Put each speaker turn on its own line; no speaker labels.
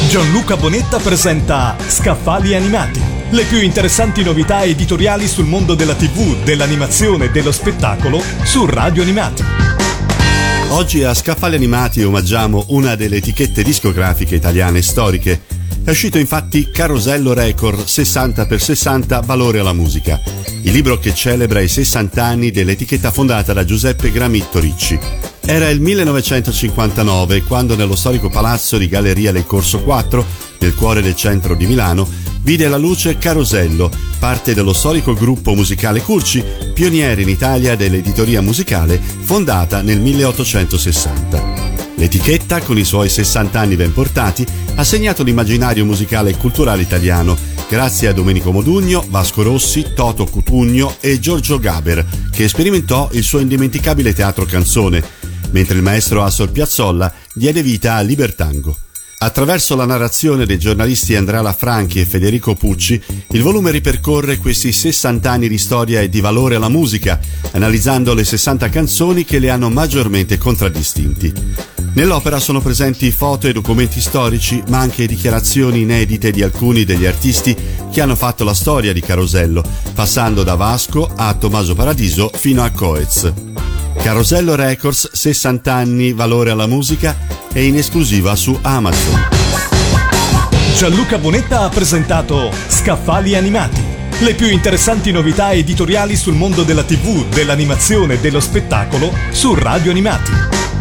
Gianluca Bonetta presenta Scaffali Animati, le più interessanti novità editoriali sul mondo della TV, dell'animazione e dello spettacolo su Radio Animati.
Oggi a Scaffali Animati omaggiamo una delle etichette discografiche italiane storiche. È uscito infatti Carosello Record 60x60 Valore alla musica, il libro che celebra i 60 anni dell'etichetta fondata da Giuseppe Gramitto Ricci. Era il 1959 quando nello storico palazzo di Galleria del Corso 4, nel cuore del centro di Milano, vide la luce Carosello, parte dello storico gruppo musicale Curci, pioniere in Italia dell'editoria musicale, fondata nel 1860. L'etichetta, con i suoi 60 anni ben portati, ha segnato l'immaginario musicale e culturale italiano, grazie a Domenico Modugno, Vasco Rossi, Toto Cutugno e Giorgio Gaber, che sperimentò il suo indimenticabile teatro canzone, mentre il maestro Astor Piazzolla diede vita a Libertango. Attraverso la narrazione dei giornalisti Andrea Lafranchi e Federico Pucci, il volume ripercorre questi 60 anni di storia e di valore alla musica, analizzando le 60 canzoni che le hanno maggiormente contraddistinti. Nell'opera sono presenti foto e documenti storici, ma anche dichiarazioni inedite di alcuni degli artisti che hanno fatto la storia di Carosello, passando da Vasco a Tommaso Paradiso fino a Coez. Carosello Records 60 anni valore alla musica è in esclusiva su Amazon.
Gianluca Bonetta ha presentato Scaffali Animati, le più interessanti novità editoriali sul mondo della TV, dell'animazione e dello spettacolo su Radio Animati.